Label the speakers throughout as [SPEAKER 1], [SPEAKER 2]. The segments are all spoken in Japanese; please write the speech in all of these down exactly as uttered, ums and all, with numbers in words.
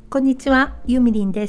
[SPEAKER 1] こんにちは、ゆみりんです。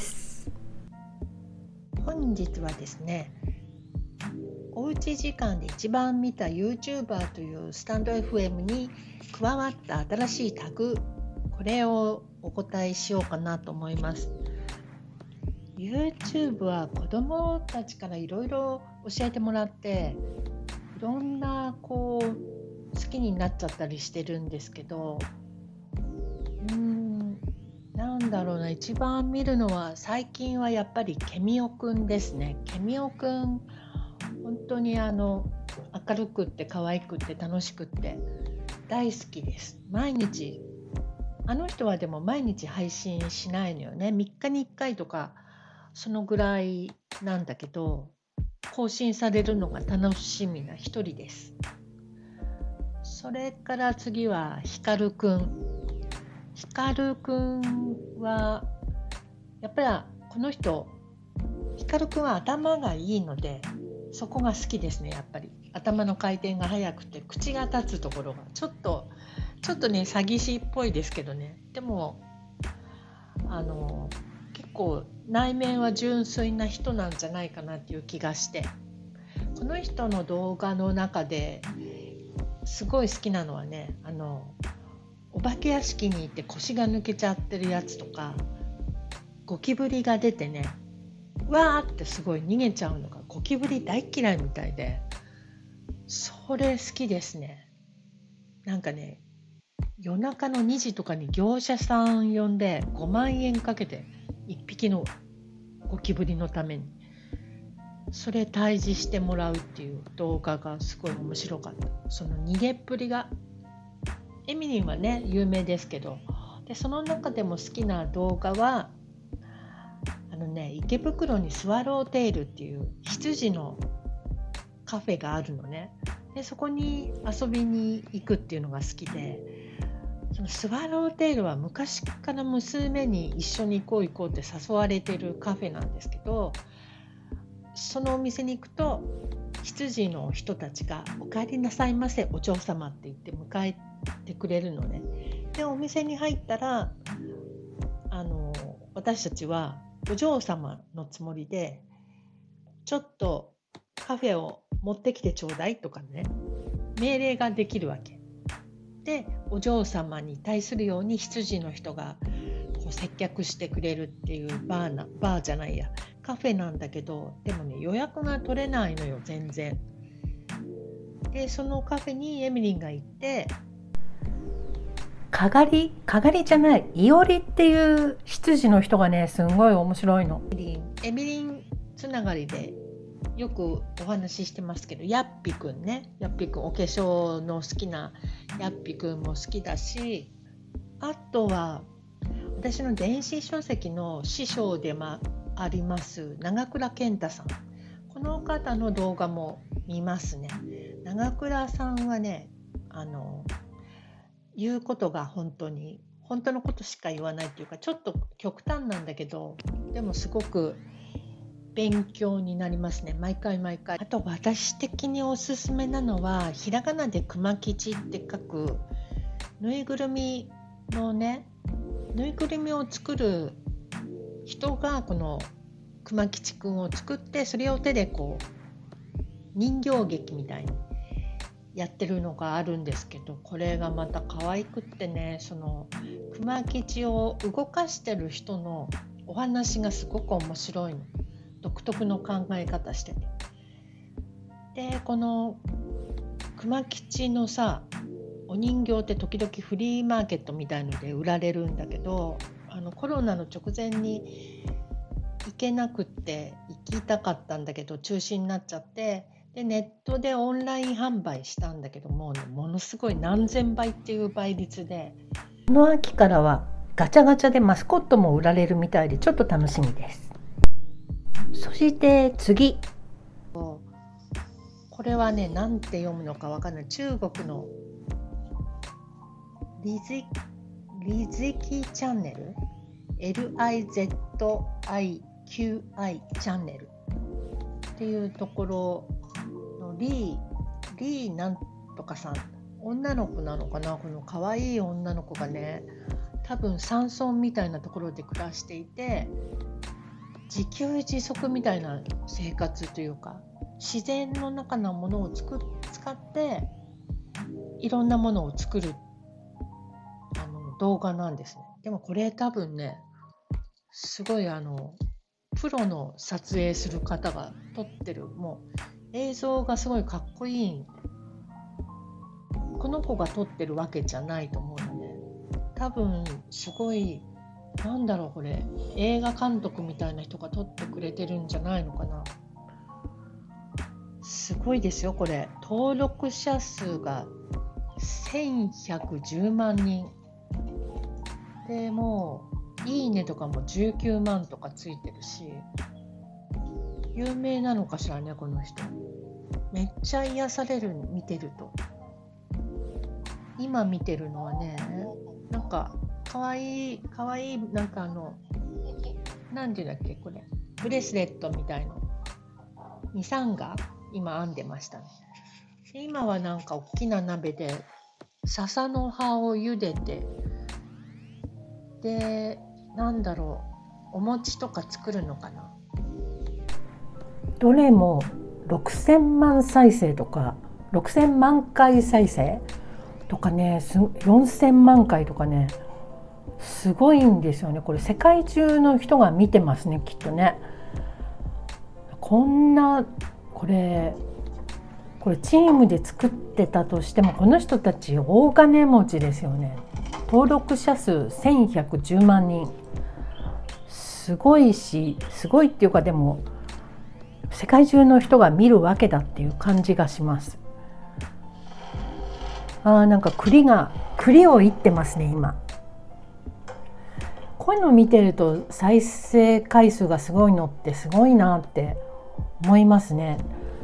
[SPEAKER 2] 本日はですね、おうち時間で一番見た YouTuber というスタンド エフエム に加わった新しいタグ、これをお答えしようかなと思います。YouTube は子どもたちからいろいろ教えてもらって、いろんなこう好きになっちゃったりしてるんですけど、うーんなんだろうな、一番見るのは最近はやっぱりケミオくんですね。ケミオくん、本当にあの明るくって可愛くって楽しくって大好きです。毎日、あの人はでも毎日配信しないのよね。みっかにいっかいとかそのぐらいなんだけど、更新されるのが楽しみな一人です。それから次はヒカルくん。ヒカルくんはやっぱりこの人、ヒカルくんは頭がいいので、そこが好きですね。やっぱり頭の回転が速くて口が立つところがちょっとちょっとね詐欺師っぽいですけどね。でもあの結構内面は純粋な人なんじゃないかなっていう気がして、この人の動画の中ですごい好きなのはね、あのお化け屋敷に行って腰が抜けちゃってるやつとか、ゴキブリが出てね、わーってすごい逃げちゃうのが、ゴキブリ大嫌いみたいで、それ好きですね。なんかね、夜中のにじとかに業者さん呼んでごまんえんかけていっぴきのゴキブリのためにそれ退治してもらうっていう動画がすごい面白かった。その逃げっぷりが、エミリンはね有名ですけど、でその中でも好きな動画はあのね、池袋にスワローテールっていう羊のカフェがあるのね。でそこに遊びに行くっていうのが好きで、そのスワローテールは昔から娘に一緒に行こう行こうって誘われてるカフェなんですけど、そのお店に行くと羊の人たちがお帰りなさいませお嬢様って言って迎えてくれるのね。でお店に入ったら、あの私たちはお嬢様のつもりで、ちょっとカフェを持ってきてちょうだいとかね、命令ができるわけで、お嬢様に対するように羊の人がこう接客してくれるっていうバーなバーじゃないやカフェなんだけど、でもね予約が取れないのよ全然。でそのカフェにエミリンが行って、
[SPEAKER 1] かがり、かがりじゃない、いおりっていう羊の人がね、すんごい面白いの。
[SPEAKER 2] エミリンエミリンつながりでよくお話ししてますけど、ヤッピくんね、ヤッピくんお化粧の好きなヤッピくんも好きだし、あとは私の電子書籍の師匠でもあります長倉健太さん、この方の動画も見ますね。長倉さんはね、あの言うことが本当に本当のことしか言わないっていうか、ちょっと極端なんだけど、でもすごく勉強になりますね、毎回毎回。あと私的におすすめなのは、ひらがなで熊吉って書くぬいぐるみのね、ぬいぐるみを作る人がこの熊吉くんを作って、それを手でこう人形劇みたいにやってるのがあるんですけど、これがまた可愛くってね、その熊吉を動かしてる人のお話がすごく面白いの。独特の考え方してて、でこの熊吉のさお人形って時々フリーマーケットみたいので売られるんだけど、あのコロナの直前に行けなくって行きたかったんだけど中止になっちゃって、でネットでオンライン販売したんだけども、ね、ものすごい何千倍っていう倍率で、
[SPEAKER 1] この秋からはガチャガチャでマスコットも売られるみたいでちょっと楽しみです。そして次、
[SPEAKER 2] これはねなんて読むのかわかんない、中国のリズリズキチャンネル エルアイゼットアイキューアイ チャンネルっていうところのリーリーなんとかさん、女の子なのかな、この可愛い女の子がね多分山村みたいなところで暮らしていて、自給自足みたいな生活というか、自然の中のものをつく使っていろんなものを作るあの動画なんですね。でもこれ多分ね、すごいあのプロの撮影する方が撮ってる、もう映像がすごいかっこいい、この子が撮ってるわけじゃないと思うので、多分すごい、なんだろうこれ、映画監督みたいな人が撮ってくれてるんじゃないのかな。すごいですよこれ。登録者数がせんひゃくじゅうまんにんで、もういいねとかもじゅうきゅうまんとかついてるし、有名なのかしらねこの人。めっちゃ癒される、見てると。今見てるのはね、なんかかわいいかわいい、なんかあのなんていうんだっけこれ、ブレスレットみたいのに、さんが今編んでましたね。で今はなんか大きな鍋で笹の葉を茹でて、でなんだろう、お餅とか作るのかな。
[SPEAKER 1] どれもろくせんまん再生とかろくせんまん回再生とかね、よんせんまん回とかね、すごいんですよね。これ世界中の人が見てますねきっとね。こんなこれこれチームで作ってたとしても、この人たち大金持ちですよね。登録者数せんひゃくじゅうまんにん、すごいし、すごいっていうか、でも世界中の人が見るわけだっていう感じがします。あー、なんか栗が栗をいってますね今。こういうの見てると再生回数がすごいのってすごいなって思いますね。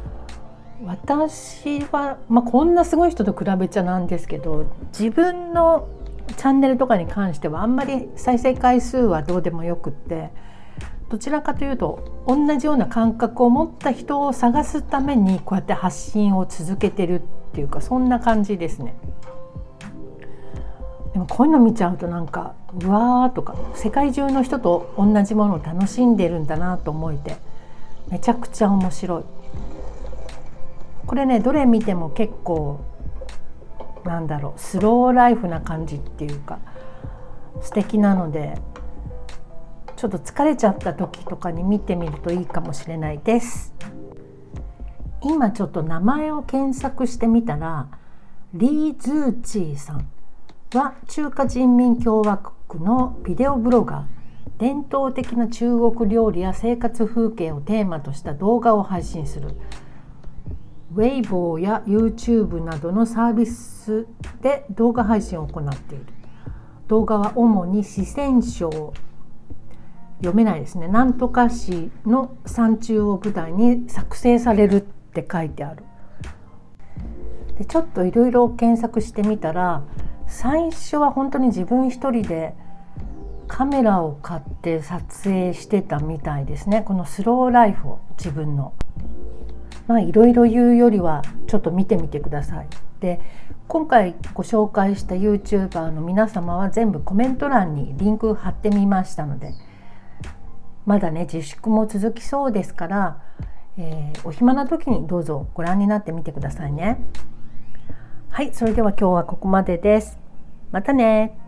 [SPEAKER 1] 私は、まあ、こんなすごい人と比べちゃなんですけど、自分のチャンネルとかに関してはあんまり再生回数はどうでもよくって、どちらかというと同じような感覚を持った人を探すためにこうやって発信を続けてるっていうか、そんな感じですね。でもこういうの見ちゃうとなんかうわーとか、世界中の人と同じものを楽しんでるんだなと思えて、めちゃくちゃ面白い。これね、どれ見ても結構なんだろう、スローライフな感じっていうか素敵なので、ちょっと疲れちゃった時とかに見てみるといいかもしれないです。今ちょっと名前を検索してみたら、リー・ズーチーさんは中華人民共和国のビデオブロガー、伝統的な中国料理や生活風景をテーマとした動画を配信する。ウェイボーや YouTube などのサービスで動画配信を行っている。動画は主に四川省、読めないですね、なんとか市の山中を舞台に作成されるって書いてある。でちょっといろいろ検索してみたら、最初は本当に自分一人でカメラを買って撮影してたみたいですね。このスローライフを自分の。まあいろいろ言うよりはちょっと見てみてください。で、今回ご紹介した YouTuber の皆様は全部コメント欄にリンク貼ってみましたので、まだね自粛も続きそうですから、えー、お暇な時にどうぞご覧になってみてくださいね。はい、それでは今日はここまでです。またね。